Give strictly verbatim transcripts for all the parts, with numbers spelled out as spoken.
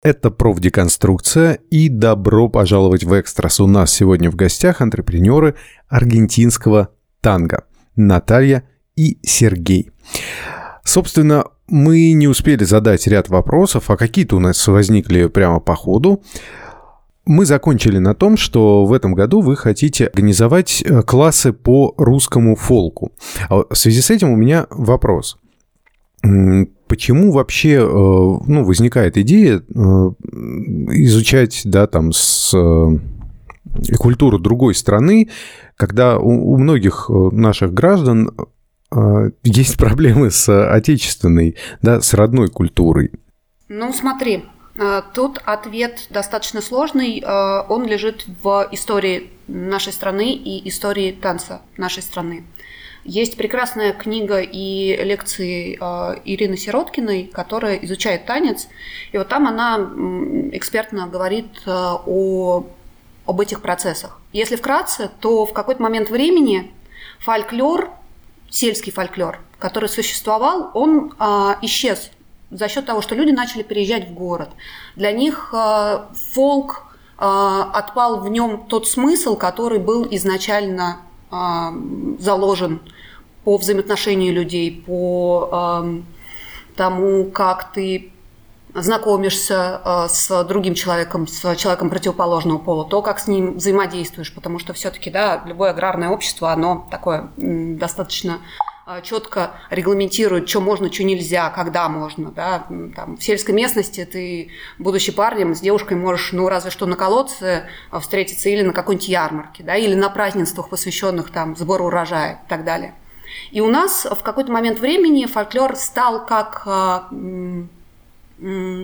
Это профдеконструкция, и добро пожаловать в Экстрас. У нас сегодня в гостях антрепренеры аргентинского танго Наталья и Сергей. Собственно, мы не успели задать ряд вопросов, а какие-то у нас возникли прямо по ходу. Мы закончили на том, что в этом году вы хотите организовать классы по русскому фолку. В связи с этим у меня вопрос. Почему вообще ну, возникает идея изучать да, там, с, культуру другой страны, когда у, у многих наших граждан есть проблемы с отечественной, да, с родной культурой? Ну, смотри, тут ответ достаточно сложный. Он лежит в истории нашей страны и истории танца нашей страны. Есть прекрасная книга и лекции Ирины Сироткиной, которая изучает танец. И вот там она экспертно говорит о, об этих процессах. Если вкратце, то в какой-то момент времени фольклор, сельский фольклор, который существовал, он исчез за счет того, что люди начали переезжать в город. Для них фолк, отпал в нем тот смысл, который был изначально заложен по взаимоотношению людей, по э, тому, как ты знакомишься э, с другим человеком, с человеком противоположного пола, то, как с ним взаимодействуешь, потому что все-таки, да, любое аграрное общество, оно такое м, достаточно э, четко регламентирует, что можно, что нельзя, когда можно, да, там, в сельской местности ты, будучи парнем, с девушкой можешь, ну, разве что на колодце встретиться или на какой-нибудь ярмарке, да, или на празднествах, посвященных там сбору урожая и так далее. И у нас в какой-то момент времени фольклор стал как э, э,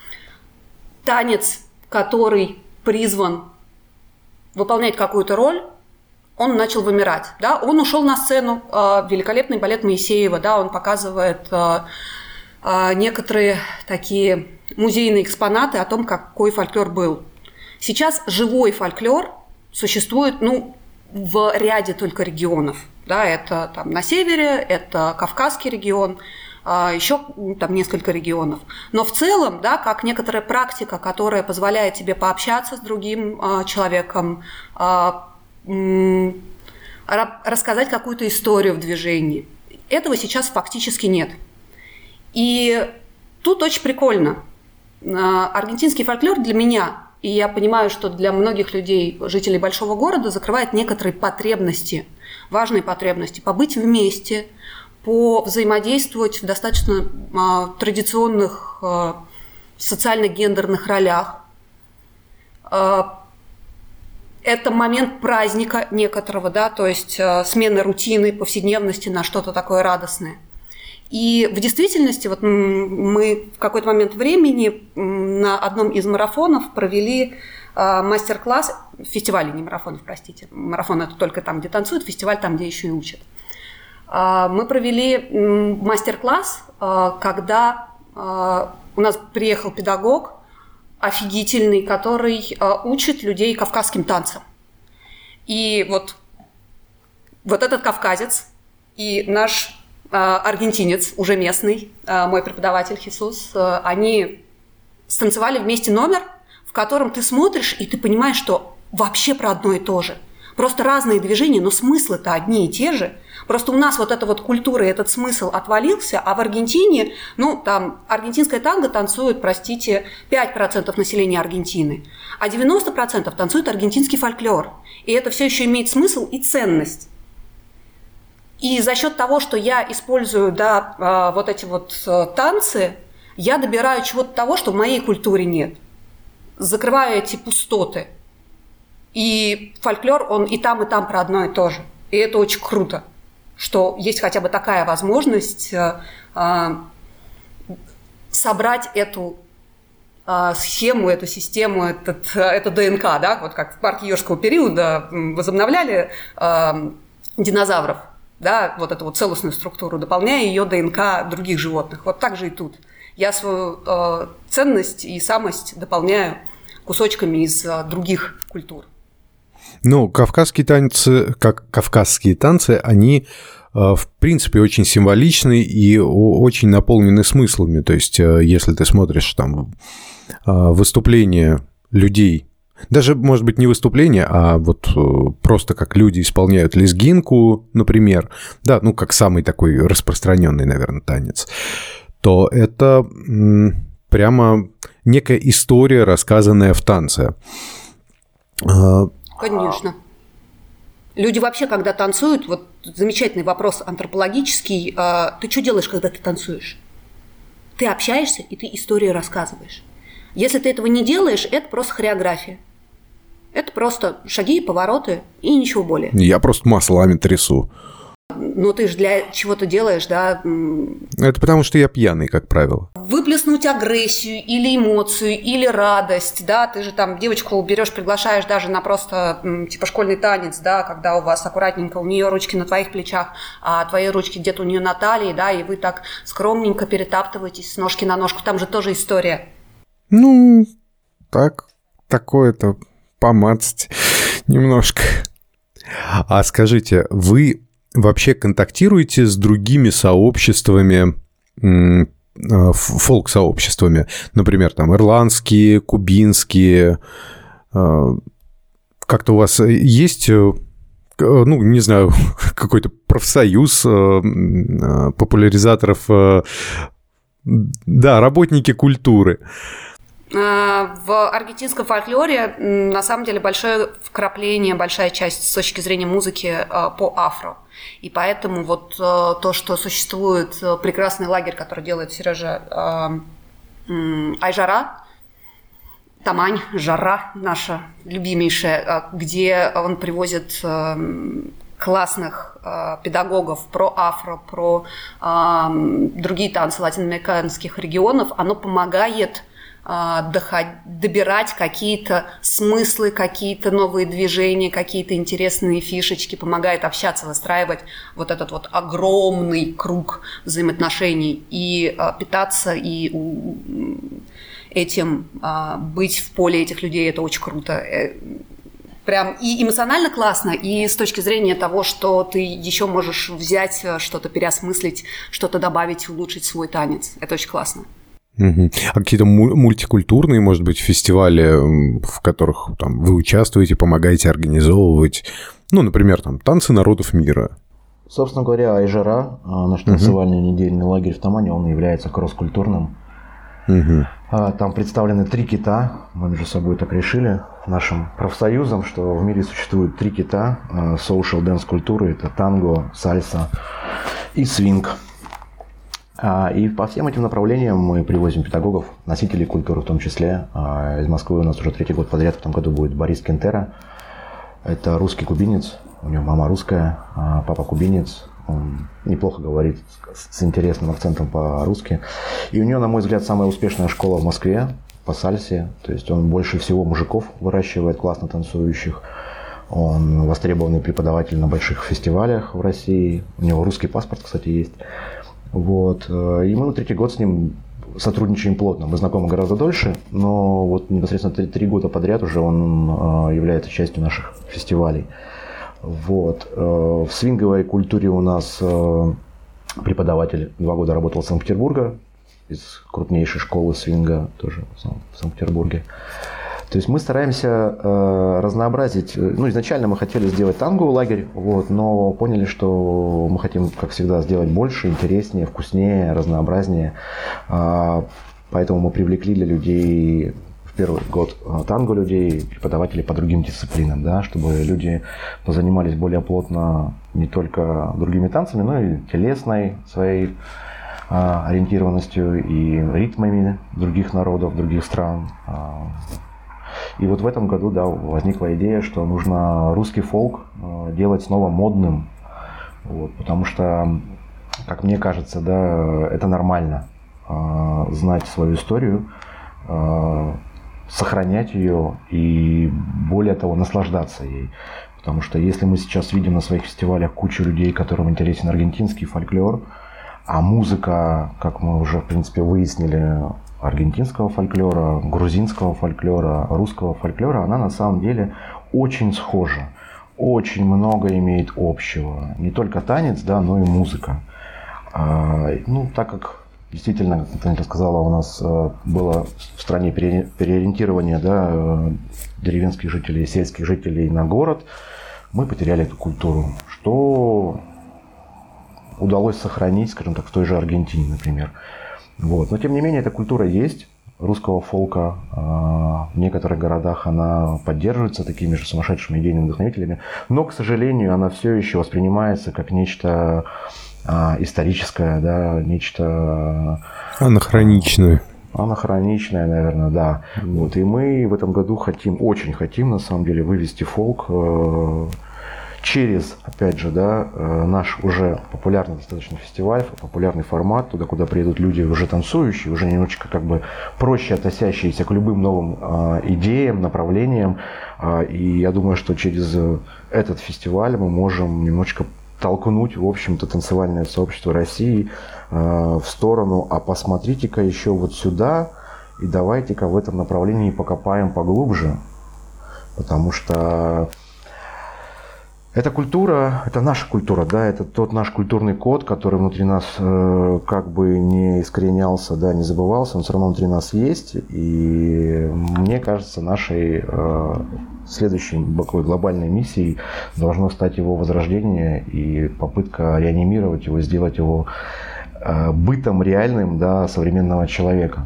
танец, который призван выполнять какую-то роль, он начал вымирать. Да? Он ушел на сцену, э, великолепный балет Моисеева, да, он показывает э, э, некоторые такие музейные экспонаты о том, какой фольклор был. Сейчас живой фольклор существует, ну, в ряде только регионов. Да, это там на севере, это Кавказский регион, еще там несколько регионов. Но в целом, да, как некоторая практика, которая позволяет тебе пообщаться с другим человеком, рассказать какую-то историю в движении, этого сейчас фактически нет. И тут очень прикольно. Аргентинский фольклор для меня, и я понимаю, что для многих людей, жителей большого города, закрывает некоторые потребности, важные потребности, побыть вместе, повзаимодействовать в достаточно а, традиционных а, социально-гендерных ролях. А, это момент праздника некоторого, да, то есть а, смены рутины, повседневности на что-то такое радостное. И в действительности вот мы в какой-то момент времени на одном из марафонов провели мастер-класс, фестивале, не марафонов, простите. Марафон – это только там, где танцуют, фестиваль там, где еще и учат. Мы провели мастер-класс, когда у нас приехал педагог офигительный, который учит людей кавказским танцам. И вот, вот этот кавказец и наш аргентинец, уже местный, мой преподаватель Хисус, они станцевали вместе номер, в котором ты смотришь, и ты понимаешь, что вообще про одно и то же. Просто разные движения, но смыслы-то одни и те же. Просто у нас вот эта вот культура, этот смысл отвалился, а в Аргентине, ну, там, аргентинское танго танцует, простите, пять процентов населения Аргентины, а девяносто процентов танцует аргентинский фольклор. И это все еще имеет смысл и ценность. И за счет того, что я использую, да, вот эти вот танцы, я добираю чего-то того, что в моей культуре нет. Закрываю эти пустоты. И фольклор, он и там, и там про одно и то же. И это очень круто, что есть хотя бы такая возможность собрать эту схему, эту систему, этот, это ДНК, да, вот как в парке юрского периода возобновляли динозавров. Да, вот эту вот целостную структуру, дополняя ее ДНК других животных. Вот так же и тут. Я свою э, ценность и самость дополняю кусочками из э, других культур. Ну, кавказские танцы, как кавказские танцы, они, в принципе, очень символичны и очень наполнены смыслами. То есть, если ты смотришь там выступления людей, даже, может быть, не выступления, а вот просто как люди исполняют лезгинку, например, да, ну, как самый такой распространенный, наверное, танец, то это прямо некая история, рассказанная в танце. Конечно. Люди вообще, когда танцуют, вот замечательный вопрос антропологический, ты что делаешь, когда ты танцуешь? Ты общаешься, и ты историю рассказываешь. Если ты этого не делаешь, это просто хореография. Это просто шаги, повороты и ничего более. Я просто маслами трясу. Ну, ты же для чего-то делаешь, да? Это потому, что я пьяный, как правило. Выплеснуть агрессию или эмоцию, или радость, да? Ты же там девочку берешь, приглашаешь даже на просто типа школьный танец, да, когда у вас аккуратненько, у нее ручки на твоих плечах, а твои ручки где-то у нее на талии, да, и вы так скромненько перетаптываетесь с ножки на ножку. Там же тоже история. Ну, так, такое-то помацать немножко. А скажите, вы вообще контактируете с другими сообществами, фолк-сообществами, например, там ирландские, кубинские? Как-то у вас есть, ну, не знаю, какой-то профсоюз популяризаторов, да, работники культуры? В аргентинском фольклоре на самом деле большое вкрапление, большая часть с точки зрения музыки по афро. И поэтому вот то, что существует прекрасный лагерь, который делает Сережа Айжара, Тамань, Жара наша любимейшая, где он привозит классных э, педагогов про афро, про э, другие танцы латиноамериканских регионов, оно помогает Доход... добирать какие-то смыслы, какие-то новые движения, какие-то интересные фишечки, помогает общаться, выстраивать вот этот вот огромный круг взаимоотношений и а, питаться, и у... этим а, быть в поле этих людей, это очень круто. Прям и эмоционально классно, и с точки зрения того, что ты еще можешь взять, что-то переосмыслить, что-то добавить, улучшить свой танец. Это очень классно. А какие-то мультикультурные, может быть, фестивали, в которых там, вы участвуете, помогаете организовывать, ну, например, там, танцы народов мира? Собственно говоря, Айжара, наш танцевальный uh-huh. недельный лагерь в Тамане, он является кросс-культурным. Uh-huh. Там представлены три кита, мы между собой так решили, нашим профсоюзом, что в мире существует три кита social dance культуры, это танго, сальса и свинг. И по всем этим направлениям мы привозим педагогов, носителей культуры в том числе. Из Москвы у нас уже третий год подряд в этом году будет Борис Кентера. Это русский кубинец, у него мама русская, папа кубинец. Он неплохо говорит с интересным акцентом по-русски. И у него, на мой взгляд, самая успешная школа в Москве по сальсе. То есть он больше всего мужиков выращивает, классно танцующих. Он востребованный преподаватель на больших фестивалях в России. У него русский паспорт, кстати, есть. Вот. И мы третий год с ним сотрудничаем плотно. Мы знакомы гораздо дольше, но вот непосредственно три, три года подряд уже он является частью наших фестивалей. Вот. В свинговой культуре у нас преподаватель два года работал в Санкт-Петербурге, из крупнейшей школы свинга, тоже в Санкт-Петербурге. То есть мы стараемся э, разнообразить. Ну, изначально мы хотели сделать танговый лагерь, вот, но поняли, что мы хотим, как всегда, сделать больше, интереснее, вкуснее, разнообразнее. Э, поэтому мы привлекли для людей в первый год танго людей, преподавателей по другим дисциплинам, да, чтобы люди позанимались более плотно не только другими танцами, но и телесной своей э, ориентированностью и ритмами других народов, других стран. Э, И вот в этом году, да, возникла идея, что нужно русский фолк делать снова модным, вот, потому что, как мне кажется, да, это нормально знать свою историю, сохранять ее и, более того, наслаждаться ей. Потому что если мы сейчас видим на своих фестивалях кучу людей, которым интересен аргентинский фольклор, а музыка, как мы уже, в принципе, выяснили, аргентинского фольклора, грузинского фольклора, русского фольклора, она на самом деле очень схожа, очень много имеет общего. Не только танец, да, но и музыка. А, ну, так как действительно, как Наталья сказала, у нас было в стране переориентирование, да, деревенских жителей, сельских жителей на город, мы потеряли эту культуру, что удалось сохранить, скажем так, в той же Аргентине, например. Вот. Но тем не менее, эта культура есть, русского фолка. В некоторых городах она поддерживается такими же сумасшедшими идейными вдохновителями, но, к сожалению, она все еще воспринимается как нечто историческое, да, нечто анахроничное. Анахроничное, наверное, да. Вот. И мы в этом году хотим, очень хотим, на самом деле, вывести фолк э, через, опять же, да, э, наш уже популярный достаточно фестиваль, популярный формат, туда, куда приедут люди уже танцующие, уже немножечко как бы проще относящиеся к любым новым э, идеям, направлениям. Э, и я думаю, что через этот фестиваль мы можем немножечко толкнуть, в общем-то, танцевальное сообщество России э, в сторону, а посмотрите-ка еще вот сюда, и давайте-ка в этом направлении покопаем поглубже, потому что эта культура, это наша культура, да, это тот наш культурный код, который внутри нас э, как бы не искоренялся, да, не забывался, он все равно внутри нас есть, и мне кажется, нашей э, следующей такой глобальной миссией должно стать его возрождение и попытка реанимировать его, сделать его э, бытом реальным, да, современного человека.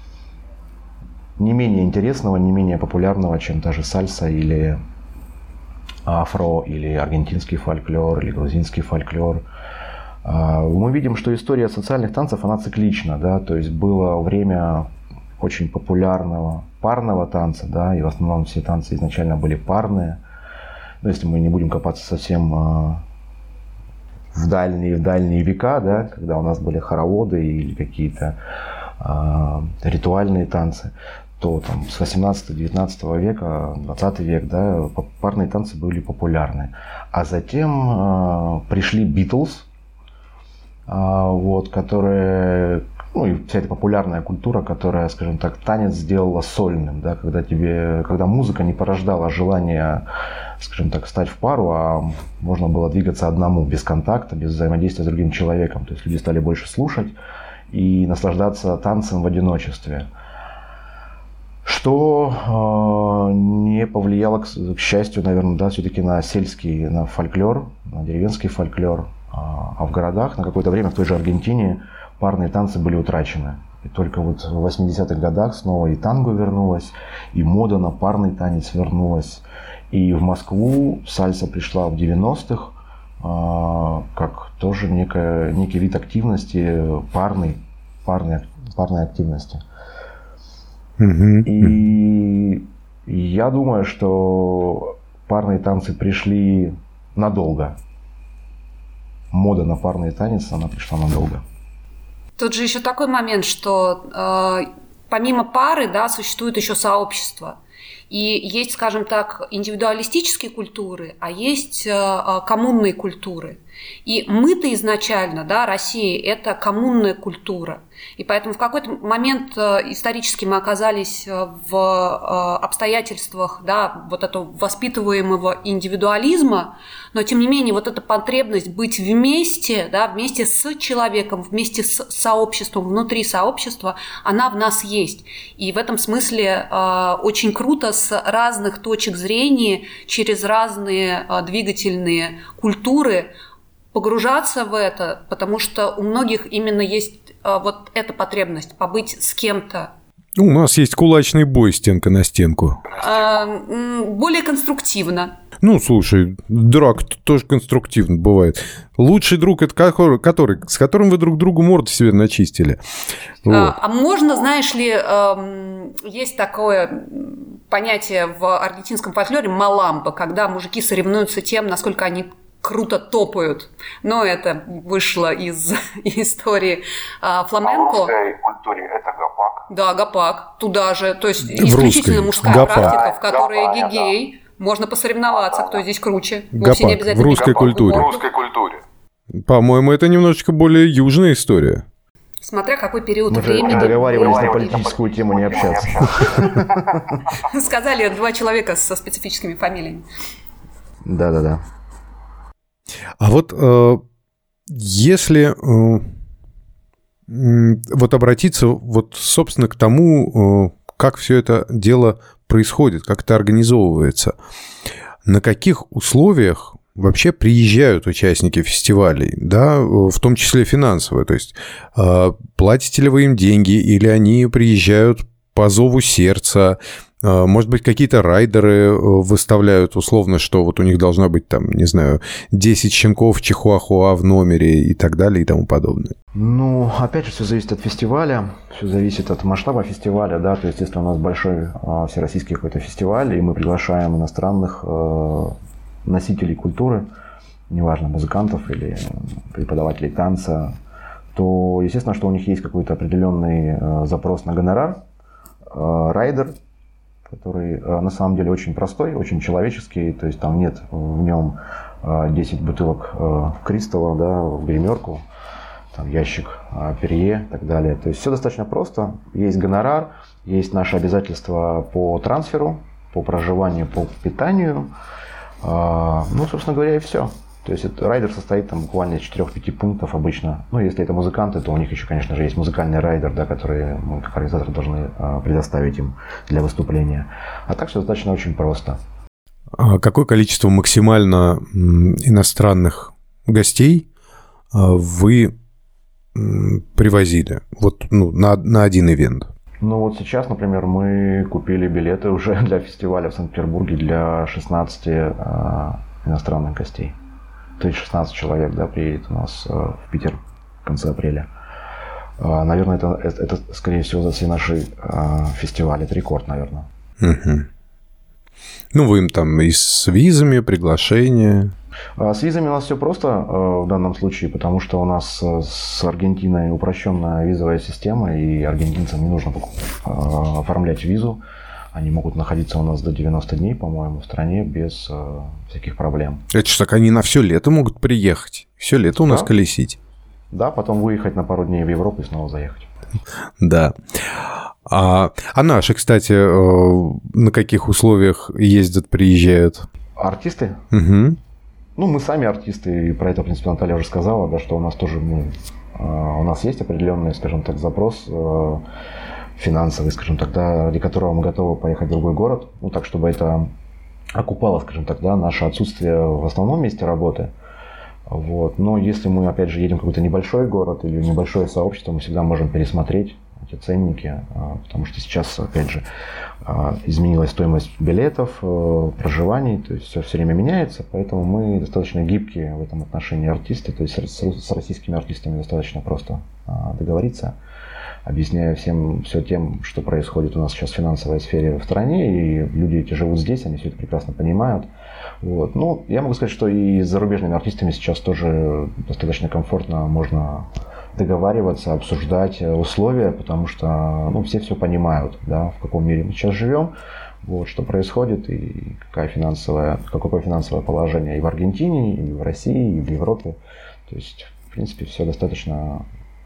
Не менее интересного, не менее популярного, чем та же сальса или афро, или аргентинский фольклор, или грузинский фольклор. Мы видим, что история социальных танцев, она циклична, да, то есть было время очень популярного парного танца, да, и в основном все танцы изначально были парные. Но если мы не будем копаться совсем в дальние, в дальние века, да, когда у нас были хороводы или какие-то ритуальные танцы, то там с восемнадцатого-девятнадцатого века, двадцатый век, да, парные танцы были популярны. А затем э, пришли Битлз, э, вот, которые, ну и вся эта популярная культура, которая, скажем так, танец сделала сольным, да, когда тебе, когда музыка не порождала желание, скажем так, стать в пару, а можно было двигаться одному, без контакта, без взаимодействия с другим человеком. То есть люди стали больше слушать и наслаждаться танцем в одиночестве. Что э, не повлияло, к, к счастью, наверное, да, все-таки на сельский, на фольклор, на деревенский фольклор. А, а в городах на какое-то время, в той же Аргентине, парные танцы были утрачены. И только вот в восьмидесятых годах снова и танго вернулась, и мода на парный танец вернулась. И в Москву сальса пришла в девяностых, э, как тоже некая, некий вид активности, парный, парной, парной активности. И я думаю, что парные танцы пришли надолго. Мода на парный танец, она пришла надолго. Тут же еще такой момент, что э, помимо пары, да, существует еще сообщество. И есть, скажем так, индивидуалистические культуры, а есть э, коммунные культуры. И мы-то изначально, да, Россия, это коммунная культура. И поэтому в какой-то момент исторически мы оказались в обстоятельствах, да, вот этого воспитываемого индивидуализма, но тем не менее вот эта потребность быть вместе, да, вместе с человеком, вместе с сообществом, внутри сообщества, она в нас есть. И в этом смысле очень круто с разных точек зрения, через разные двигательные культуры погружаться в это, потому что у многих именно есть а, вот эта потребность побыть с кем-то. У нас есть кулачный бой стенка на стенку. А, более конструктивно. Ну, слушай, драк тоже конструктивно бывает. Лучший друг – это который, который, с которым вы друг другу морду себе начистили. Вот. А, а можно, знаешь ли, э, есть такое понятие в аргентинском фольклоре «маламба», когда мужики соревнуются тем, насколько они круто топают. Но это вышло из истории а, фламенко. В русской культуре это гопак. Да, гопак. Туда же. То есть в исключительно русской. Мужская Гопак. практика, в которой Гопак, эгегей. Да. Можно посоревноваться, кто здесь круче. Гопак. Не обязательно В русской гопак. культуре. В русской культуре. По-моему, это немножечко более южная история. Смотря какой период Мы времени. Мы договаривались на политическую тему не общаться. Сказали два человека со специфическими фамилиями. Да-да-да. А вот э, если э, вот обратиться вот, собственно, к тому, э, как все это дело происходит, как это организовывается, на каких условиях вообще приезжают участники фестивалей, да, в том числе финансово, то есть э, платите ли вы им деньги, или они приезжают по зову сердца, э, может быть, какие-то райдеры выставляют условно, что вот у них должна быть там, не знаю, десять щенков чихуахуа в номере и так далее и тому подобное. Ну, опять же, все зависит от фестиваля, все зависит от масштаба фестиваля, да, то есть если у нас большой э, всероссийский какой-то фестиваль, и мы приглашаем иностранных э, носителей культуры, неважно, музыкантов или преподавателей танца, то, естественно, что у них есть какой-то определенный э, запрос на гонорар. Э, райдер, который э, на самом деле очень простой, очень человеческий, то есть там нет в нем э, десять бутылок э, Кристалла, да, в гримерку, там ящик э, Перье и так далее. То есть все достаточно просто. Есть гонорар, есть наши обязательства по трансферу, по проживанию, по питанию. Ну, собственно говоря, и все. То есть это, райдер состоит там буквально из четырех-пяти пунктов обычно. Ну, если это музыканты, то у них еще, конечно же, есть музыкальный райдер, да, который мы, как организаторы, должны а, предоставить им для выступления. А так все достаточно очень просто. А какое количество максимально иностранных гостей вы привозили вот, ну, на, на один ивент? Ну вот сейчас, например, мы купили билеты уже для фестиваля в Санкт-Петербурге для шестнадцати э, иностранных гостей. То есть шестнадцать человек, да, приедет у нас э, в Питер в конце апреля. Э, наверное, это, это, это, скорее всего, за все наши э, фестивали. Это рекорд, наверное. Угу. Ну, вы им там и с визами, приглашения... С визами у нас все просто в данном случае, потому что у нас с Аргентиной упрощенная визовая система, и аргентинцам не нужно оформлять визу. Они могут находиться у нас до девяноста дней, по-моему, в стране без всяких проблем. Это что, так они на все лето могут приехать? Все лето у нас да. колесить? Да, потом выехать на пару дней в Европу и снова заехать. Да. А, а наши, кстати, на каких условиях ездят, приезжают? Артисты? Угу. Ну, мы сами артисты, и про это, в принципе, Наталья уже сказала, да, что у нас тоже, ну, у нас есть определенный, скажем так, запрос финансовый, скажем так, да, ради которого мы готовы поехать в другой город, ну, так, чтобы это окупало, скажем так, да, наше отсутствие в основном месте работы. Вот. Но если мы, опять же, едем в какой-то небольшой город или небольшое сообщество, мы всегда можем пересмотреть эти ценники, потому что сейчас, опять же, изменилась стоимость билетов, проживаний, то есть все все время меняется, поэтому мы достаточно гибкие в этом отношении артисты, то есть с российскими артистами достаточно просто договориться, объясняя всем все тем, что происходит у нас сейчас в финансовой сфере в стране, и люди эти живут здесь, они все это прекрасно понимают. Вот. Ну, я могу сказать, что и с зарубежными артистами сейчас тоже достаточно комфортно можно договариваться, обсуждать условия, потому что, ну, все все понимают, да, в каком мире мы сейчас живем, вот, что происходит и какая финансовая, какое финансовое положение и в Аргентине, и в России, и в Европе. То есть, в принципе, все достаточно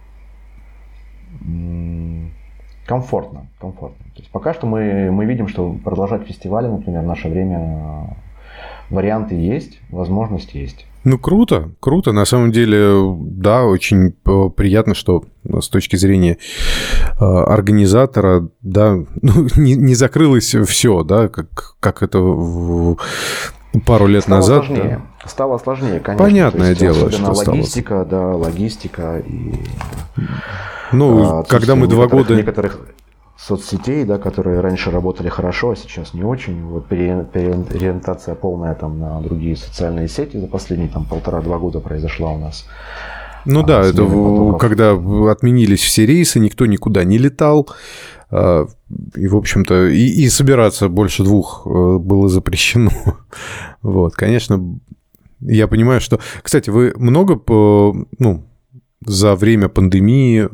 комфортно, комфортно. То есть пока что мы, мы видим, что продолжать фестивали, например, в наше время варианты есть, возможности есть. Ну, круто, круто. На самом деле, да, очень приятно, что с точки зрения организатора, да, ну, не, не закрылось все, да, как, как это в пару лет стало назад. Сложнее. Да. Стало сложнее, конечно. Понятное есть, дело, что логистика, стало. да, логистика и... Ну, а, когда мы два года... Некоторых соцсетей, да, которые раньше работали хорошо, а сейчас не очень. Вот переориентация полная там на другие социальные сети за последние там полтора-два года произошла у нас. Ну а, да, это потоков. Когда отменились все рейсы, никто никуда не летал. И, в общем-то, и, и собираться больше двух было запрещено. Вот, конечно, я понимаю, что... Кстати, вы много, ну, за время пандемии...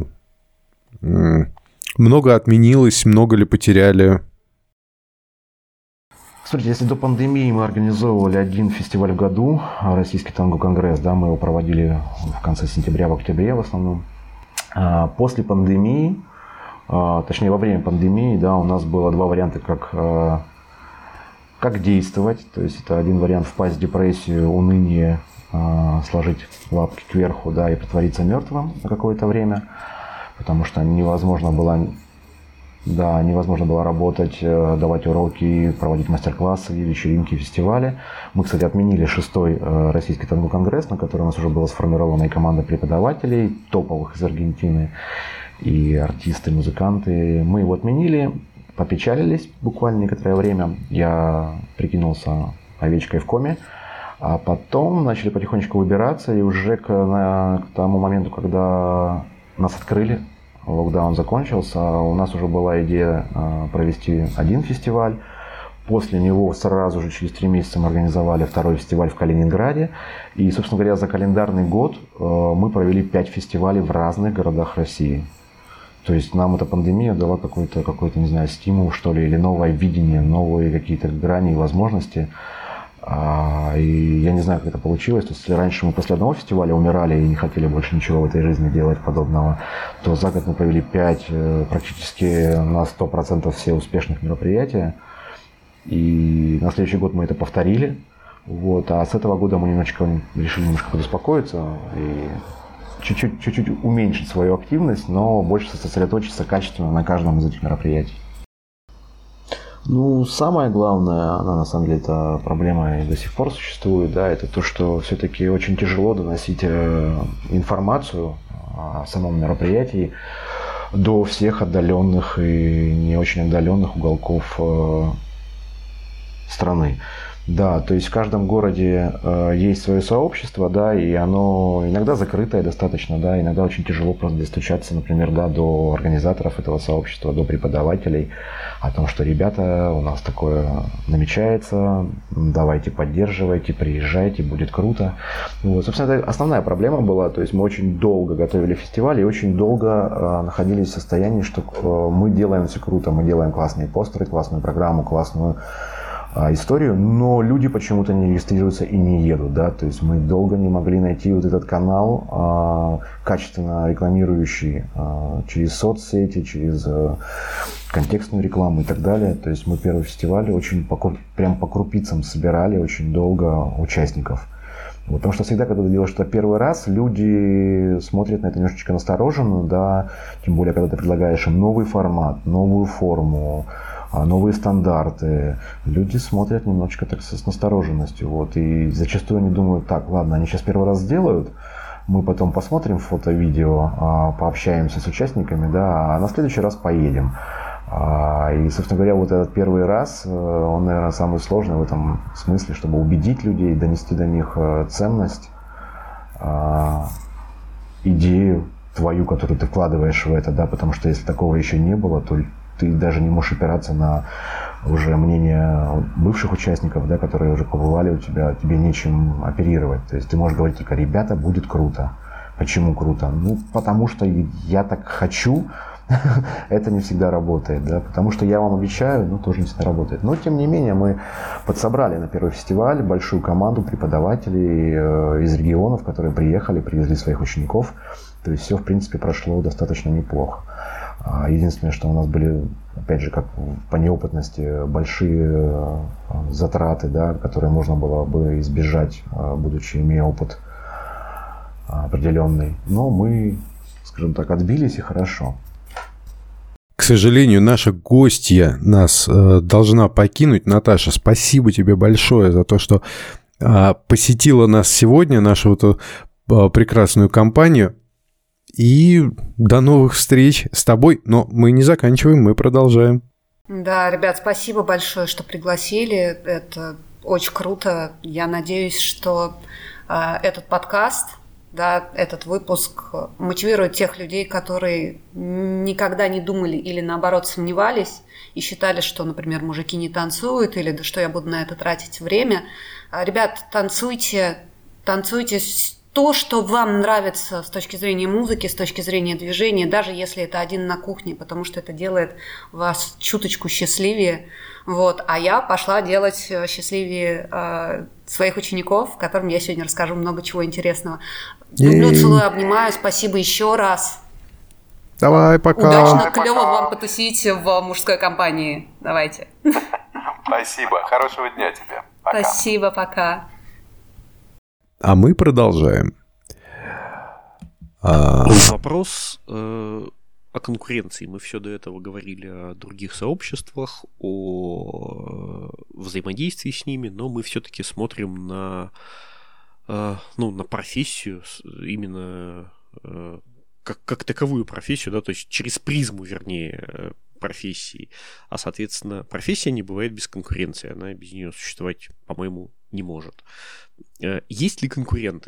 Много отменилось, много ли потеряли? Смотрите, если до пандемии мы организовывали один фестиваль в году, Российский танго-конгресс, да, мы его проводили в конце сентября, в октябре в основном, После пандемии, точнее во время пандемии, да, у нас было два варианта, как, как действовать. То есть это один вариант — впасть в депрессию, уныние, сложить лапки кверху, да, и притвориться мертвым на какое-то время, потому что невозможно было, да, невозможно было работать, давать уроки, проводить мастер-классы, вечеринки, фестивали. Мы, кстати, отменили шестой российский танго-конгресс, на который у нас уже была сформирована и команда преподавателей топовых из Аргентины, и артисты, музыканты. Мы его отменили, попечалились буквально некоторое время. Я прикинулся овечкой в коме. А потом начали потихонечку выбираться, и уже к, на, к тому моменту, когда нас открыли, локдаун закончился, у нас уже была идея э, провести один фестиваль. После него сразу же через три месяца мы организовали второй фестиваль в Калининграде. И, собственно говоря, за календарный год э, мы провели пять фестивалей в разных городах России. То есть нам эта пандемия дала какой-то, какой-то, не знаю, стимул, что ли, или новое видение, новые какие-то грани и возможности. И я не знаю, как это получилось. То есть, если раньше мы после одного фестиваля умирали и не хотели больше ничего в этой жизни делать подобного, то за год мы провели пять, практически на сто процентов все успешных мероприятия. И на следующий год мы это повторили. Вот. А с этого года мы немножечко решили немножко подуспокоиться и чуть-чуть, чуть-чуть уменьшить свою активность, но больше сосредоточиться качественно на каждом из этих мероприятий. Ну, самое главное, она на самом деле эта проблема и до сих пор существует, да, это то, что все-таки очень тяжело доносить информацию о самом мероприятии до всех отдаленных и не очень отдаленных уголков страны. Да, то есть в каждом городе э, есть свое сообщество, да, и оно иногда закрытое достаточно, да, иногда очень тяжело просто достучаться, например, да, до организаторов этого сообщества, до преподавателей, о том, что, ребята, у нас такое намечается, давайте поддерживайте, приезжайте, будет круто. Вот, собственно, это основная проблема была, то есть мы очень долго готовили фестиваль и очень долго э, находились в состоянии, что э, мы делаем все круто, мы делаем классные постеры, классную программу, классную историю, но люди почему-то не регистрируются и не едут, да, то есть мы долго не могли найти вот этот канал, а, качественно рекламирующий а, через соцсети, через а, контекстную рекламу и так далее, то есть мы первый фестиваль очень по, прям по крупицам собирали очень долго участников. Вот, потому что всегда, когда ты делаешь это первый раз, люди смотрят на это немножечко настороженно, да, тем более, когда ты предлагаешь им новый формат, новую форму, новые стандарты, люди смотрят немножечко так с настороженностью. Вот, и зачастую они думают, так, ладно, они сейчас первый раз сделают, мы потом посмотрим фото, видео, пообщаемся с участниками, да, а на следующий раз поедем. И, собственно говоря, вот этот первый раз, он, наверное, самый сложный в этом смысле, чтобы убедить людей, донести до них ценность, идею твою, которую ты вкладываешь в это, да, потому что если такого еще не было, то ты даже не можешь опираться на уже мнение бывших участников, да, которые уже побывали у тебя, тебе нечем оперировать. То есть ты можешь говорить только, ребята, будет круто. Почему круто? Ну, потому что я так хочу, это не всегда работает, да, потому что я вам обещаю, ну, тоже не всегда работает. Но, тем не менее, мы подсобрали на первый фестиваль большую команду преподавателей из регионов, которые приехали, привезли своих учеников. То есть все, в принципе, прошло достаточно неплохо. Единственное, что у нас были, опять же, как по неопытности, большие затраты, да, которые можно было бы избежать, будучи имея опыт определенный. Но мы, скажем так, отбились, и хорошо. К сожалению, наша гостья нас э, должна покинуть. Наташа, спасибо тебе большое за то, что э, посетила нас сегодня, нашу эту э, прекрасную компанию. И до новых встреч с тобой. Но мы не заканчиваем, мы продолжаем. Да, ребят, спасибо большое, что пригласили. Это очень круто. Я надеюсь, что э, этот подкаст, да, этот выпуск мотивирует тех людей, которые никогда не думали или, наоборот, сомневались и считали, что, например, мужики не танцуют, или да что я буду на это тратить время. Ребят, танцуйте, танцуйте то, что вам нравится с точки зрения музыки, с точки зрения движения, даже если это один на кухне, потому что это делает вас чуточку счастливее. Вот. А я пошла делать счастливее э, своих учеников, которым я сегодня расскажу много чего интересного. Люблю, целую, обнимаю. Спасибо еще раз. Давай, пока. Удачно, клево вам потусить в мужской компании. Давайте. Спасибо. Хорошего дня тебе. Пока. Спасибо, пока. А мы продолжаем. А... Вопрос э, о конкуренции. Мы все до этого говорили о других сообществах, о взаимодействии с ними, но мы все-таки смотрим на, э, ну, на профессию, именно э, как, как таковую профессию, да, то есть через призму, вернее, профессии. А, соответственно, профессия не бывает без конкуренции. Она без нее существовать, по-моему, не может. Есть ли конкуренты?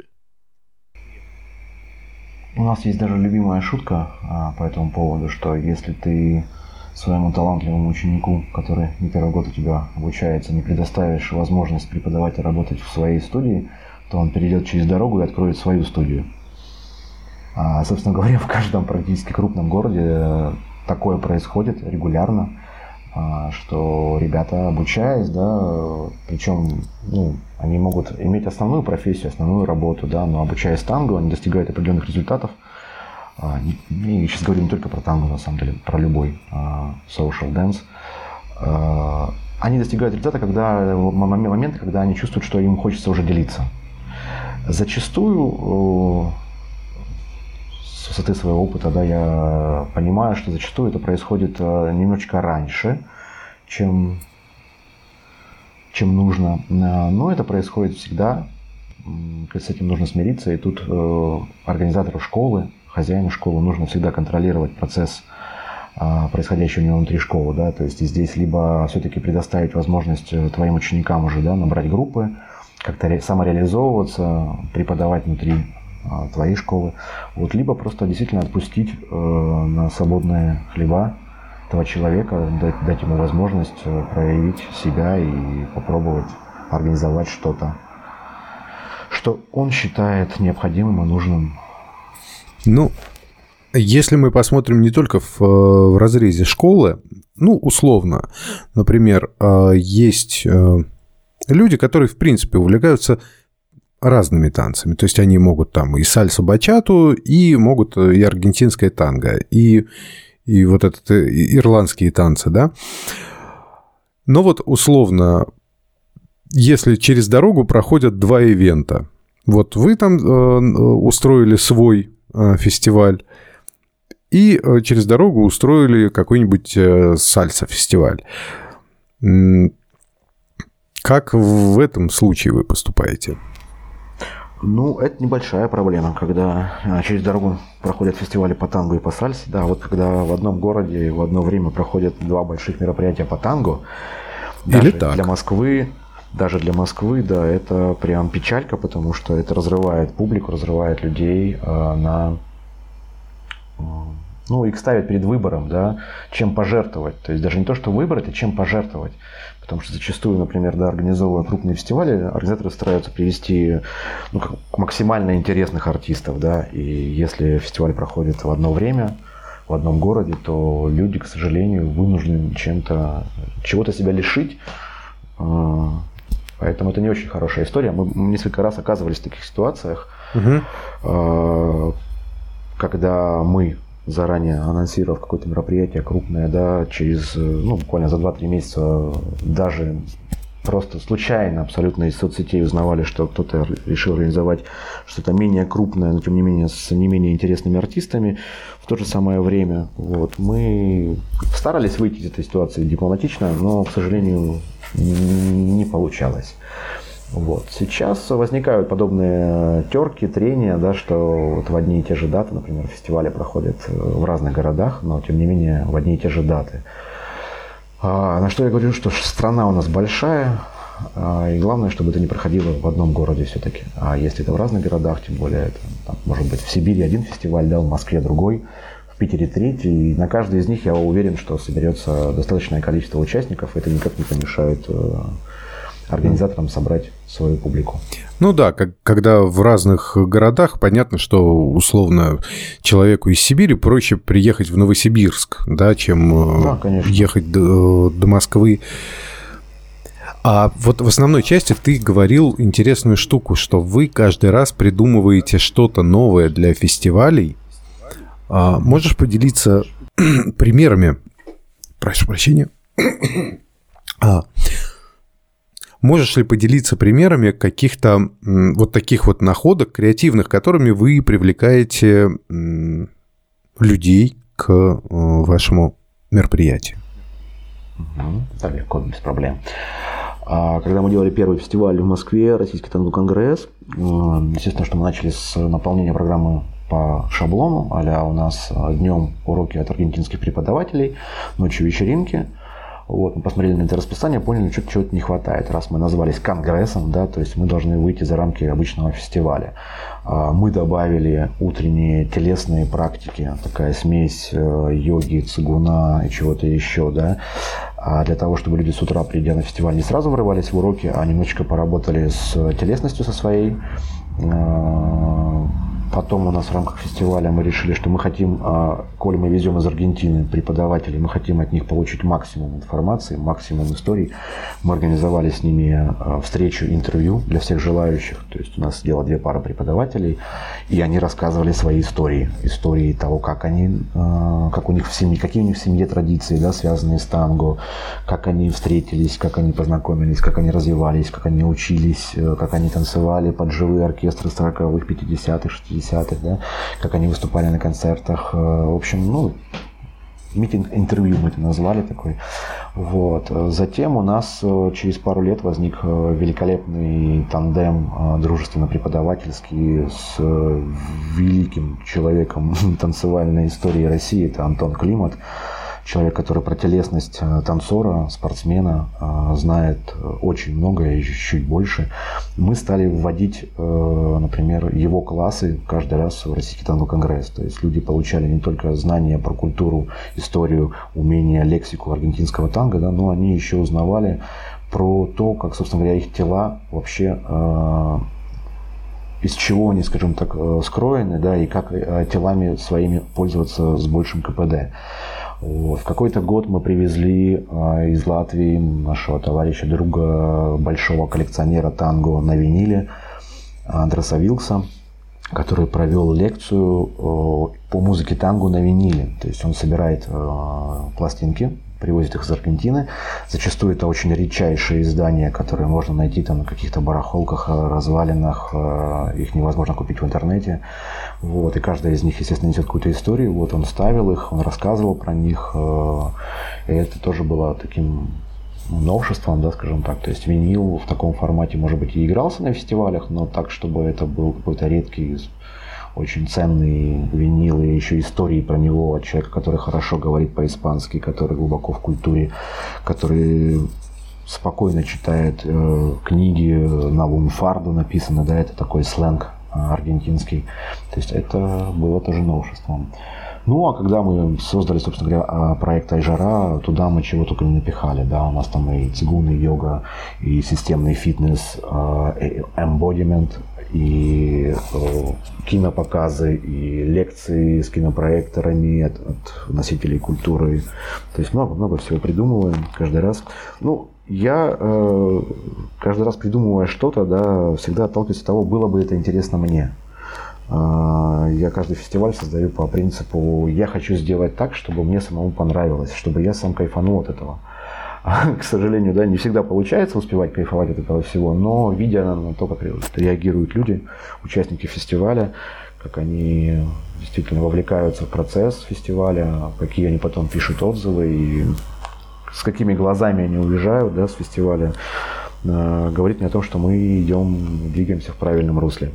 У нас есть даже любимая шутка а, по этому поводу, что если ты своему талантливому ученику, который не первый год у тебя обучается, не предоставишь возможность преподавать и работать в своей студии, то он перейдет через дорогу и откроет свою студию. А, собственно говоря, в каждом практически крупном городе такое происходит регулярно, а, что ребята, обучаясь, да, причем, ну, они могут иметь основную профессию, основную работу, да, но обучаясь танго, они достигают определенных результатов. А, я сейчас говорю не только про танго, на самом деле, про любой а, social dance. А, они достигают результата, когда моменты, когда они чувствуют, что им хочется уже делиться. Зачастую, с высоты своего опыта, да, я понимаю, что зачастую это происходит немножечко раньше, чем, чем нужно. Но это происходит всегда. С этим нужно смириться. И тут организатору школы, хозяину школы нужно всегда контролировать процесс, происходящий у него внутри школы. Да? То есть здесь либо все-таки предоставить возможность твоим ученикам уже, да, набрать группы, как-то самореализовываться, преподавать внутри твоей школы, вот, либо просто действительно отпустить э, на свободные хлеба этого человека, дать, дать ему возможность проявить себя и попробовать организовать что-то, что он считает необходимым и нужным. Ну, если мы посмотрим не только в, в разрезе школы, ну, условно, например, есть люди, которые, в принципе, увлекаются разными танцами. То есть они могут там и сальсу-бачату, и могут и аргентинское танго, и, и вот этот и ирландские танцы, да. Но вот условно, если через дорогу проходят два ивента, вот вы там э, устроили свой э, фестиваль, и э, через дорогу устроили какой-нибудь э, сальса-фестиваль. Как в этом случае вы поступаете? Ну, это небольшая проблема, когда через дорогу проходят фестивали по танго и по сальсе. Да, вот когда в одном городе в одно время проходят два больших мероприятия по танго, или так. Для Москвы, даже для Москвы, да, это прям печалька, потому что это разрывает публику, разрывает людей э, на... Э, ну, их ставят перед выбором, да, чем пожертвовать. То есть даже не то, что выбрать, а чем пожертвовать. Потому что зачастую, например, да, организовывая крупные фестивали, организаторы стараются привести, ну, как максимально интересных артистов, да, и если фестиваль проходит в одно время, в одном городе, то люди, к сожалению, вынуждены чем-то, чего-то себя лишить, поэтому это не очень хорошая история. Мы несколько раз оказывались в таких ситуациях, угу. когда мы, заранее анонсировав какое-то мероприятие крупное, да, через, ну, буквально за два-три месяца, даже просто случайно абсолютно из соцсетей узнавали, что кто-то решил организовать что-то менее крупное, но тем не менее с не менее интересными артистами в то же самое время. Вот. Мы старались выйти из этой ситуации дипломатично, но, к сожалению, не получалось. Вот. Сейчас возникают подобные терки, трения, да, что вот в одни и те же даты, например, фестивали проходят в разных городах, но тем не менее в одни и те же даты. А, на что я говорю, что страна у нас большая, а, и главное, чтобы это не проходило в одном городе все-таки. А если это в разных городах, тем более, это, там, может быть, в Сибири один фестиваль, да, в Москве другой, в Питере третий, и на каждый из них я уверен, что соберется достаточное количество участников, и это никак не помешает организаторам собрать свою публику. Ну да, как, когда в разных городах, понятно, что условно человеку из Сибири проще приехать в Новосибирск, да, чем да, ехать до, до Москвы. А вот в основной части ты говорил интересную штуку, что вы каждый раз придумываете что-то новое для фестивалей, А можешь поделиться примерами, прошу прощения, а, можешь ли поделиться примерами каких-то вот таких вот находок креативных, которыми вы привлекаете людей к вашему мероприятию? Да, легко, без проблем. Когда мы делали первый фестиваль в Москве, Российский танго-конгресс, естественно, что мы начали с наполнения программы по шаблону, а-ля у нас днем уроки от аргентинских преподавателей, ночью вечеринки. Вот, мы посмотрели на это расписание, поняли, что-то чего-то не хватает. Раз мы назвались конгрессом, да, то есть мы должны выйти за рамки обычного фестиваля. Мы добавили утренние телесные практики, такая смесь йоги, цигуна и чего-то еще, да. А для того, чтобы люди с утра, придя на фестиваль, не сразу врывались в уроки, а немножечко поработали с телесностью со своей. Потом у нас в рамках фестиваля мы решили, что мы хотим, коли мы везем из Аргентины преподавателей, мы хотим от них получить максимум информации, максимум историй. Мы организовали с ними встречу, интервью для всех желающих. То есть у нас было две пары преподавателей, и они рассказывали свои истории. Истории того, как они, как у них в семье, какие у них в семье традиции, да, связанные с танго, как они встретились, как они познакомились, как они развивались, как они учились, как они танцевали под живые оркестры сороковых, пятидесятых, шестидесятых. Да, как они выступали на концертах. В общем, ну, митинг, интервью мы это назвали такой. Вот. Затем у нас через пару лет возник великолепный тандем дружественно-преподавательский с великим человеком танцевальной истории России. Это Антон Климат. Человек, который про телесность танцора, спортсмена знает очень много и чуть больше. Мы стали вводить, например, его классы каждый раз в Российский танго-конгресс. То есть люди получали не только знания про культуру, историю, умения, лексику аргентинского танго, да, но они еще узнавали про то, как, собственно говоря, их тела вообще, из чего они, скажем так, скроены, да, и как телами своими пользоваться с большим ка пэ дэ. В какой-то год мы привезли из Латвии нашего товарища, друга, большого коллекционера танго на виниле Андреса Вилкса, который провел лекцию по музыке танго на виниле. То есть он собирает пластинки, привозит их из Аргентины. Зачастую это очень редчайшие издания, которые можно найти там на каких-то барахолках, развалинах. Их невозможно купить в интернете. Вот. И каждая из них, естественно, несет какую-то историю. Вот он ставил их, он рассказывал про них. И это тоже было таким новшеством, да, скажем так. То есть винил в таком формате, может быть, и игрался на фестивалях, но так, чтобы это был какой-то редкий, очень ценный винил, и еще истории про него от человека, который хорошо говорит по-испански, который глубоко в культуре, который спокойно читает э, книги на лунфарду написано, да, это такой сленг э, аргентинский. То есть это было тоже новшеством. Ну, а когда мы создали, собственно говоря, проект Айжара, туда мы чего только не напихали, да, у нас там и цигун, и йога, и системный фитнес, э, embodiment, и э, кинопоказы, и лекции с кинопроекторами от, от носителей культуры. То есть много-много всего придумываем каждый раз. Ну, я э, каждый раз придумывая что-то, да, всегда отталкиваюсь от того, было бы это интересно мне. Э, я каждый фестиваль создаю по принципу, я хочу сделать так, чтобы мне самому понравилось, чтобы я сам кайфанул от этого. К сожалению, да, не всегда получается успевать кайфовать от этого всего, но видя на то, как реагируют люди, участники фестиваля, как они действительно вовлекаются в процесс фестиваля, какие они потом пишут отзывы и с какими глазами они уезжают, да, с фестиваля, э, говорит мне о том, что мы идем, двигаемся в правильном русле.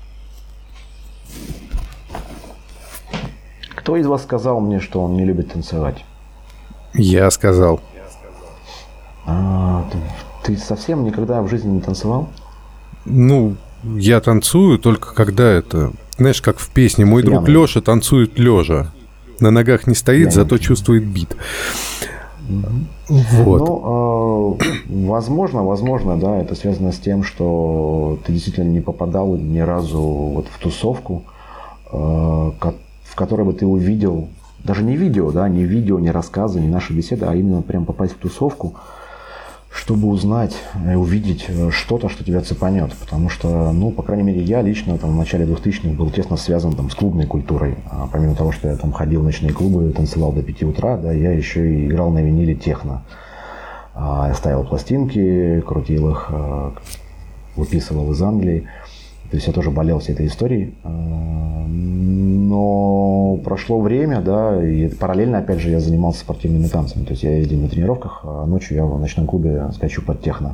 Кто из вас сказал мне, что он не любит танцевать? Я сказал. А, ты, ты совсем никогда в жизни не танцевал? Ну, я танцую только когда это... Знаешь, как в песне «Мой Пьяный. друг Леша танцует лежа». На ногах не стоит, Пьяный. Зато чувствует бит. Mm-hmm. Вот. Ну, э, возможно, возможно, да, это связано с тем, что ты действительно не попадал ни разу вот в тусовку, э, в которой бы ты увидел, даже не видео, да, не видео, не рассказы, не наши беседы, а именно прям попасть в тусовку, чтобы узнать и увидеть что-то, что тебя цепанет. Потому что, ну, по крайней мере, я лично там, в начале двухтысячных был тесно связан там, с клубной культурой. А помимо того, что я там ходил в ночные клубы, танцевал до пяти утра, да, я еще и играл на виниле техно. А, я ставил пластинки, крутил их, выписывал из Англии. То есть я тоже болел всей этой историей. Но прошло время, да, и параллельно, опять же, я занимался спортивными танцами. То есть я ездил на тренировках, а ночью я в ночном клубе скачу под техно.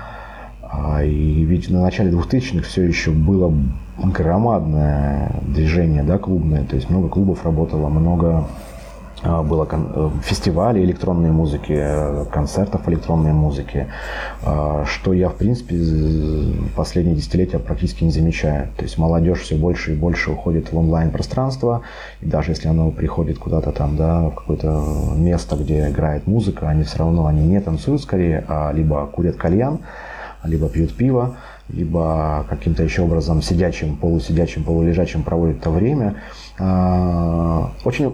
И ведь на начале двухтысячных все еще было громадное движение, да, клубное. То есть много клубов работало, много было фестивалей электронной музыки, концертов электронной музыки, что я, в принципе, последние десятилетия практически не замечаю. То есть молодежь все больше и больше уходит в онлайн-пространство, и даже если она приходит куда-то там, да, в какое-то место, где играет музыка, они все равно они не танцуют скорее, а либо курят кальян, либо пьют пиво, либо каким-то еще образом сидячим, полусидячим, полулежачим проводят это время. Очень,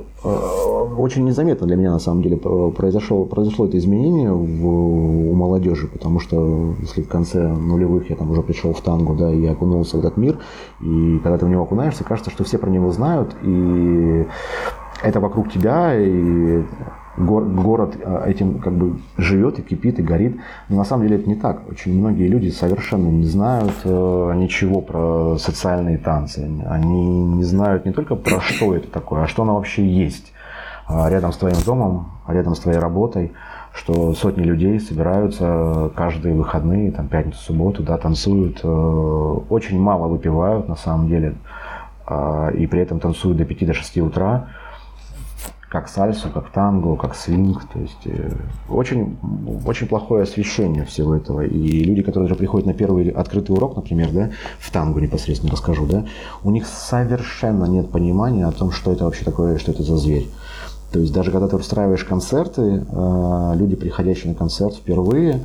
очень незаметно для меня на самом деле произошло, произошло это изменение в, у молодежи, потому что если в конце нулевых я там уже пришел в танго, да, и я окунулся в этот мир, и когда ты в него окунаешься, кажется, что все про него знают, и это вокруг тебя, и город этим как бы живет и кипит и горит. Но на самом деле это не так. Очень многие люди совершенно не знают ничего про социальные танцы. Они не знают не только про что это такое, а что оно вообще есть рядом с твоим домом, рядом с твоей работой, что сотни людей собираются каждые выходные, там, пятницу, субботу, да, танцуют, очень мало выпивают на самом деле, и при этом танцуют до пяти до шести утра. Как сальсу, как танго, как свинг. То есть э, очень, очень плохое освещение всего этого. И люди, которые уже приходят на первый открытый урок, например, да, в танго непосредственно расскажу, да, у них совершенно нет понимания о том, что это вообще такое, что это за зверь. То есть даже когда ты устраиваешь концерты, э, люди, приходящие на концерт впервые,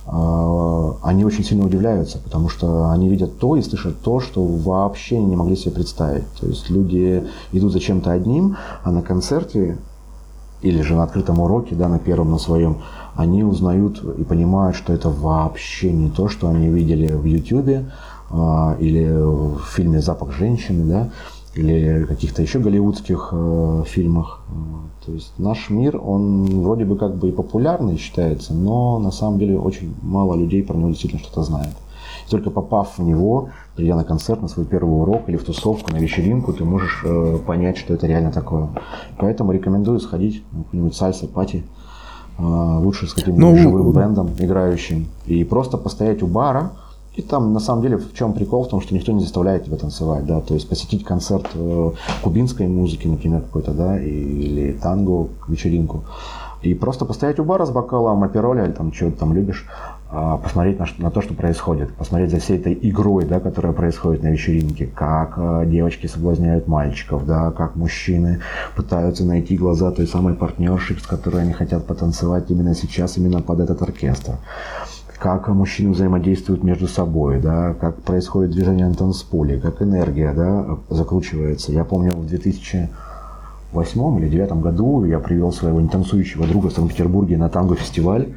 они очень сильно удивляются, потому что они видят то и слышат то, что вообще не могли себе представить. То есть люди идут за чем-то одним, а на концерте или же на открытом уроке, да, на первом, на своем, они узнают и понимают, что это вообще не то, что они видели в Ютубе или в фильме «Запах женщины», да, или каких-то еще голливудских э, фильмах. То есть наш мир, он вроде бы как бы и популярный считается, но на самом деле очень мало людей про него действительно что-то знает. И только попав в него, придя на концерт, на свой первый урок или в тусовку, на вечеринку, ты можешь э, понять, что это реально такое. Поэтому рекомендую сходить на какую-нибудь сальса-пати, э, лучше с каким-нибудь ну, живым бэндом играющим, и просто постоять у бара. И там, на самом деле, в чем прикол? В том, что никто не заставляет тебя танцевать, да, то есть посетить концерт э, кубинской музыки, например, какой-то, да, или танго, вечеринку, и просто постоять у бара с бокалом апероля, или там, что ты там любишь, э, посмотреть на, на то, что происходит, посмотреть за всей этой игрой, да, которая происходит на вечеринке, как э, девочки соблазняют мальчиков, да, как мужчины пытаются найти глаза той самой партнерши, с которой они хотят потанцевать именно сейчас, именно под этот оркестр. Как мужчины взаимодействуют между собой, да, как происходит движение на танцполе, как энергия, да, закручивается. Я помню, в две тысячи восьмом или две тысячи девятом году я привел своего нетанцующего друга в Санкт-Петербурге на танго-фестиваль.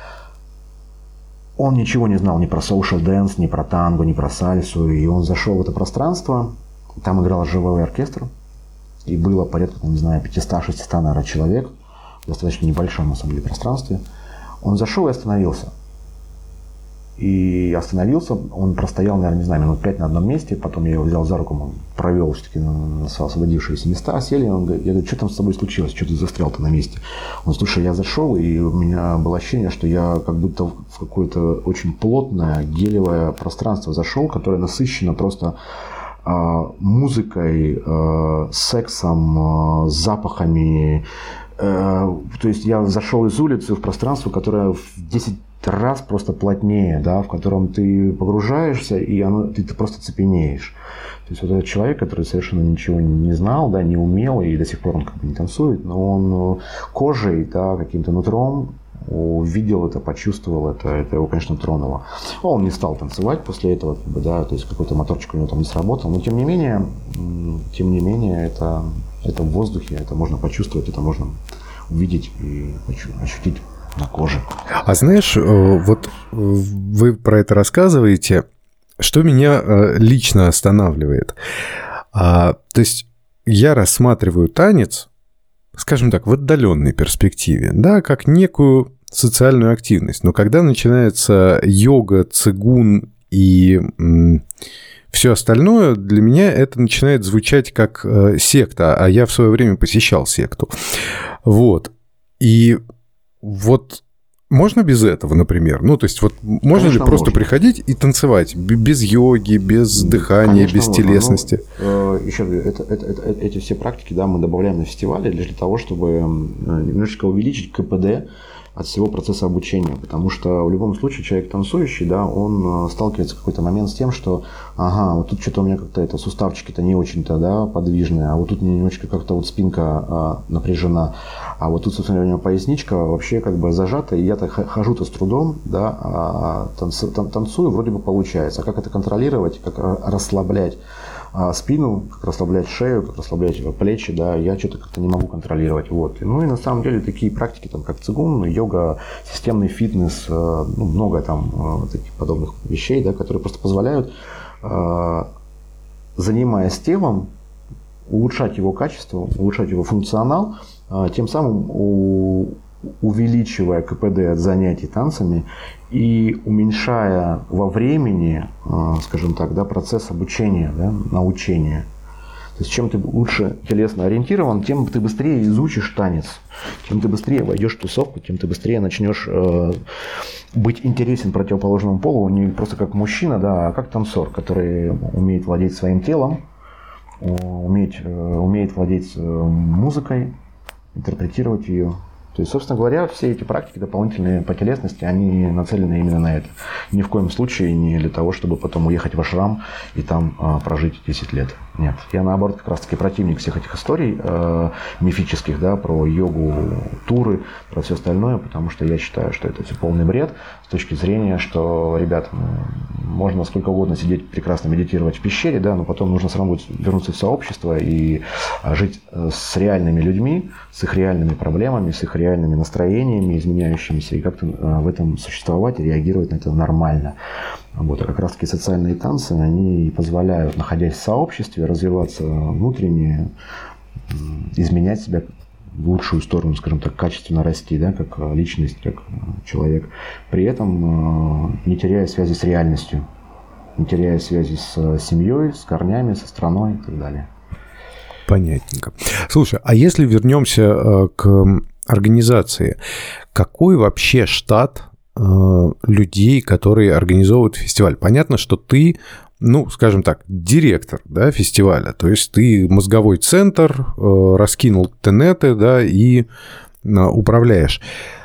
Он ничего не знал ни про social dance, ни про танго, ни про сальсу. И он зашел в это пространство, там играл живой оркестр. И было порядка, не знаю, пятьсот-шестьсот, наверное, человек в достаточно небольшом, на самом деле, пространстве. Он зашел и остановился. И остановился, он простоял, наверное, не знаю, минут пять на одном месте, потом я его взял за руку, он провел все-таки на освободившиеся места, сели, он говорит, я говорю, что там с тобой случилось, что ты застрял-то на месте? Он, слушай, я зашел, и у меня было ощущение, что я как будто в какое-то очень плотное гелевое пространство зашел, которое насыщено просто э, музыкой, э, сексом, э, запахами. Э, то есть я зашел из улицы в пространство, которое в десять раз просто плотнее, да, в котором ты погружаешься, и оно, ты, ты просто цепенеешь. То есть вот этот человек, который совершенно ничего не знал, да, не умел, и до сих пор он как бы не танцует, но он кожей, да, каким-то нутром увидел это, почувствовал это, это его, конечно, тронуло. Он не стал танцевать после этого, как бы, да, то есть какой-то моторчик у него там не сработал, но тем не менее, тем не менее, это, это в воздухе, это можно почувствовать, это можно увидеть и ощутить на коже. А знаешь, вот вы про это рассказываете, что меня лично останавливает. А, то есть я рассматриваю танец, скажем так, в отдаленной перспективе, да, как некую социальную активность. Но когда начинается йога, цигун и м, все остальное, для меня это начинает звучать как э, секта, а я в свое время посещал секту. Вот. И вот можно без этого, например? Ну, то есть, вот можно Конечно, ли просто можно. приходить и танцевать без йоги, без дыхания, Конечно, без можно. телесности? Ну, еще это, это, это, эти все практики, да, мы добавляем на фестивале для того, чтобы немножечко увеличить КПД от всего процесса обучения, потому что в любом случае человек танцующий, да, он сталкивается в какой-то момент с тем, что ага, вот тут что-то у меня как-то это суставчики-то не очень-то, да, подвижные, а вот тут немножечко как-то вот спинка а, напряжена, а вот тут, собственно, у меня поясничка вообще как бы зажата, и я-то хожу-то с трудом, да, а танцую, танцую вроде бы получается, а как это контролировать, как расслаблять спину, как расслаблять шею, как расслаблять плечи, да, я что-то как-то не могу контролировать. Вот. Ну и на самом деле такие практики, там, как цигун, йога, системный фитнес, ну, много там таких подобных вещей, да, которые просто позволяют, занимаясь телом, улучшать его качество, улучшать его функционал, тем самым у увеличивая КПД от занятий танцами и уменьшая во времени, скажем так, да, процесс обучения, да, научения. То есть чем ты лучше телесно ориентирован, тем ты быстрее изучишь танец, тем ты быстрее войдешь в тусовку, тем ты быстрее начнешь э, быть интересен противоположному полу, не просто как мужчина, да, а как танцор, который умеет владеть своим телом, умеет, э, умеет владеть э, музыкой, интерпретировать ее. То есть, собственно говоря, все эти практики дополнительные по телесности, они нацелены именно на это. Ни в коем случае не для того, чтобы потом уехать в ашрам и там а, прожить десять лет. Нет. Я, наоборот, как раз-таки противник всех этих историй э, мифических, да, про йогу, туры, про все остальное, потому что я считаю, что это все полный бред с точки зрения, что, ребят, можно сколько угодно сидеть, прекрасно медитировать в пещере, да, но потом нужно все равно будет вернуться в сообщество и жить с реальными людьми, с их реальными проблемами, с их реальными настроениями, изменяющимися, и как-то в этом существовать и реагировать на это нормально. Вот. А как раз таки социальные танцы, они позволяют, находясь в сообществе, развиваться внутренне, изменять себя в лучшую сторону, скажем так, качественно расти, да, как личность, как человек, при этом не теряя связи с реальностью, не теряя связи с семьей, с корнями, со страной и так далее. Понятненько. Слушай, а если вернемся к организации, какой вообще штат людей, которые организовывают фестиваль? Понятно, что ты, ну, скажем так, директор, да, фестиваля, то есть ты мозговой центр, раскинул тенеты, да, и управляешь.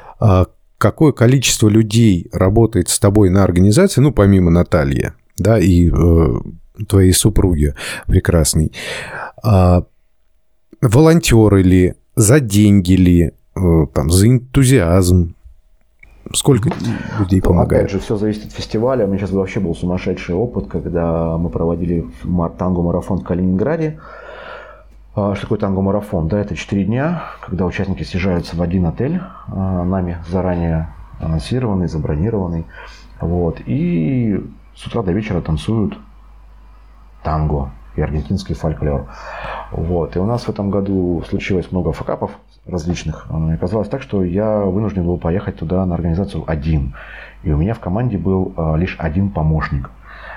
Какое количество людей работает с тобой на организации, ну, помимо Натальи, да, и твоей супруги прекрасной? Волонтеры ли, за деньги ли, там, за энтузиазм? Сколько людей помогает? Опять же, все зависит от фестиваля. У меня сейчас вообще был сумасшедший опыт, когда мы проводили танго-марафон в Калининграде. Что такое танго-марафон? Да, это четыре дня, когда участники съезжаются в один отель, нами заранее анонсированный, забронированный. Вот, и с утра до вечера танцуют танго и аргентинский фольклор. Вот. И у нас в этом году случилось много факапов различных. И оказалось так, что я вынужден был поехать туда на организацию один. И у меня в команде был лишь один помощник.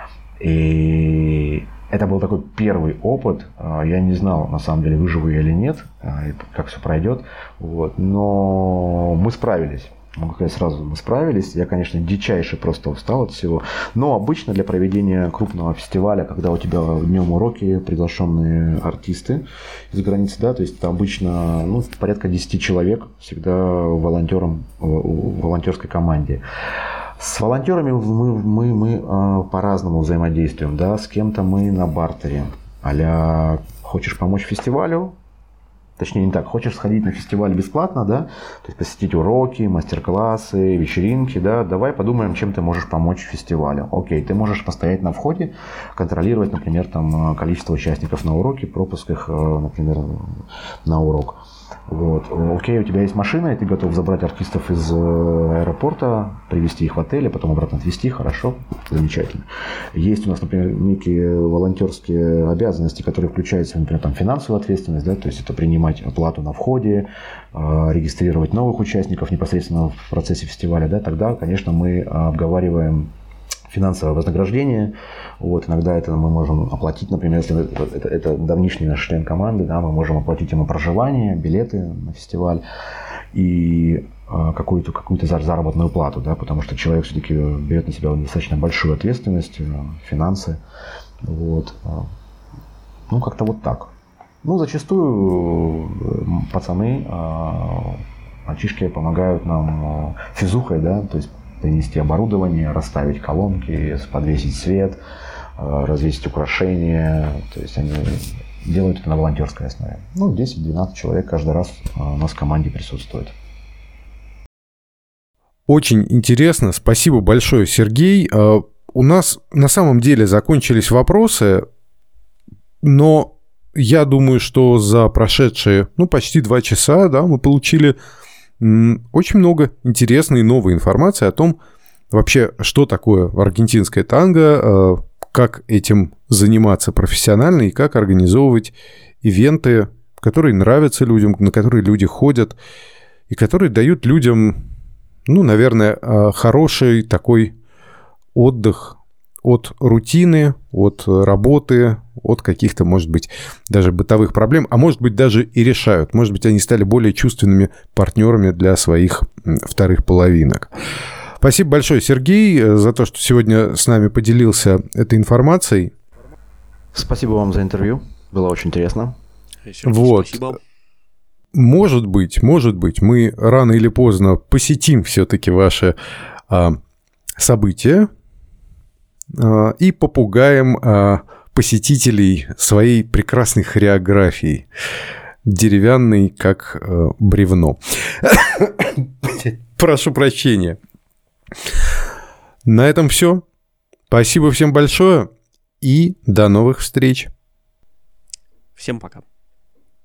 И это был такой первый опыт. Я не знал, на самом деле, выживу я или нет, как все пройдет. Вот. Но мы справились. Могу сказать сразу, мы справились. Я, конечно, дичайше просто устал от всего. Но обычно для проведения крупного фестиваля, когда у тебя днем уроки, приглашенные артисты из границы, да, то есть это обычно, ну, порядка десять человек всегда волонтером в волонтерской команде. С волонтерами мы, мы, мы по-разному взаимодействуем, да, с кем-то мы на бартере. А-ля хочешь помочь фестивалю? Точнее, не так. Хочешь сходить на фестиваль бесплатно, да? То есть посетить уроки, мастер-классы, вечеринки, да? Давай подумаем, чем ты можешь помочь фестивалю. Окей, ты можешь постоять на входе, контролировать, например, там, количество участников на уроке, пропуск их, например, на урок. Вот. Окей, у тебя есть машина, и ты готов забрать артистов из аэропорта, привезти их в отель, а потом обратно отвезти, хорошо, замечательно. Есть у нас, например, некие волонтерские обязанности, которые включаются, например, там, финансовую ответственность, да, то есть это принимать оплату на входе, регистрировать новых участников непосредственно в процессе фестиваля, да, тогда, конечно, мы обговариваем финансовое вознаграждение. Вот, иногда это мы можем оплатить, например, если это, это, это давнишний наш член команды, да, мы можем оплатить ему проживание, билеты на фестиваль и а, какую-то, какую-то заработную плату, да, потому что человек все-таки берет на себя достаточно большую ответственность, финансы. Вот. Ну, как-то вот так. Ну, зачастую пацаны, мальчишки помогают нам физухой, да, то есть принести оборудование, расставить колонки, подвесить свет, развесить украшения. То есть они делают это на волонтерской основе. Ну, десять-двенадцать человек каждый раз у нас в команде присутствует. Очень интересно. Спасибо большое, Сергей. У нас на самом деле закончились вопросы, но я думаю, что за прошедшие, ну, почти два часа, да, мы получили очень много интересной и новой информации о том, вообще, что такое аргентинское танго, как этим заниматься профессионально и как организовывать ивенты, которые нравятся людям, на которые люди ходят и которые дают людям, ну, наверное, хороший такой отдых от рутины, от работы, от каких-то, может быть, даже бытовых проблем, а может быть, даже и решают. Может быть, они стали более чувственными партнерами для своих вторых половинок. Спасибо большое, Сергей, за то, что сегодня с нами поделился этой информацией. Спасибо вам за интервью. Было очень интересно. Сергей, вот. Спасибо. Может быть, может быть, мы рано или поздно посетим все-таки ваши а, события а, и попугаем а, посетителей своей прекрасной хореографией, деревянной, как э, бревно. Прошу прощения. На этом все. Спасибо всем большое и до новых встреч. Всем пока.